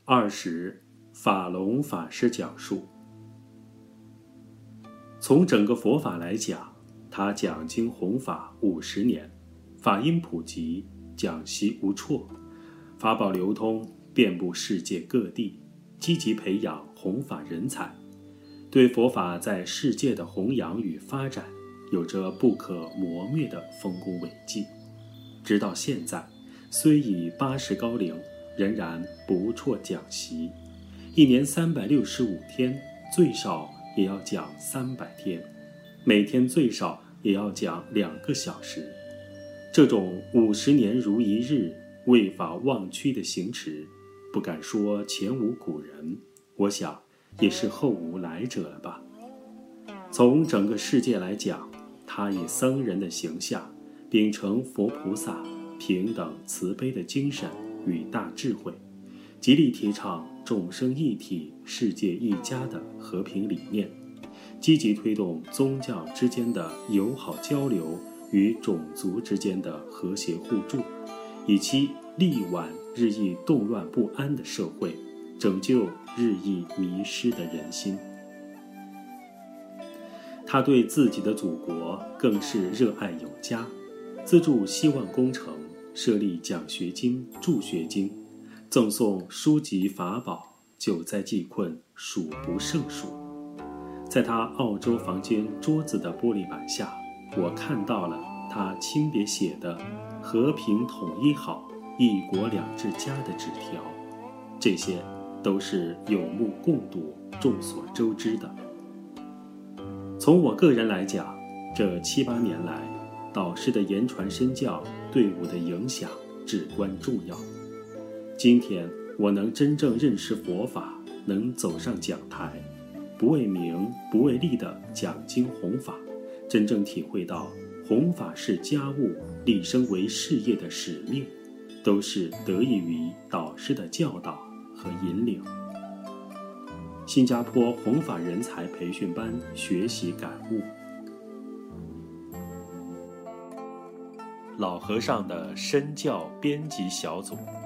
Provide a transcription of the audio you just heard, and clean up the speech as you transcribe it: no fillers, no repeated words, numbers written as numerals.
20法龙法师讲述。从整个佛法来讲，他讲经弘法50年，法音普及，讲习无辍，法宝流通，遍布世界各地，积极培养弘法人才，对佛法在世界的弘扬与发展有着不可磨灭的丰功伟绩。直到现在，虽已80高龄，仍然不辍讲习，一年365天，最少也要讲300天，每天最少也要讲2个小时。这种50年如一日、为法忘躯的行持，不敢说前无古人，我想也是后无来者了吧。从整个世界来讲，他以僧人的形象，秉承佛菩萨平等慈悲的精神与大智慧，极力提倡众生一体、世界一家的和平理念，积极推动宗教之间的友好交流与种族之间的和谐互助，以期力挽日益动乱不安的社会，拯救日益迷失的人心。他对自己的祖国更是热爱有加，资助希望工程，设立奖学金、助学金，赠送书籍法宝，救灾济困数不胜数。在他澳洲房间桌子的玻璃板下，我看到了他亲笔写的“和平统一好，一国两制家”的纸条，这些都是有目共睹、众所周知的。从我个人来讲，这7、8年来，导师的言传身教对我的影响至关重要。今天我能真正认识佛法，能走上讲台，不为名不为利的讲经弘法，真正体会到弘法是家务，立身为事业的使命，都是得益于导师的教导和引领。新加坡弘法人才培训班学习感悟。老和尚的身教编辑小组。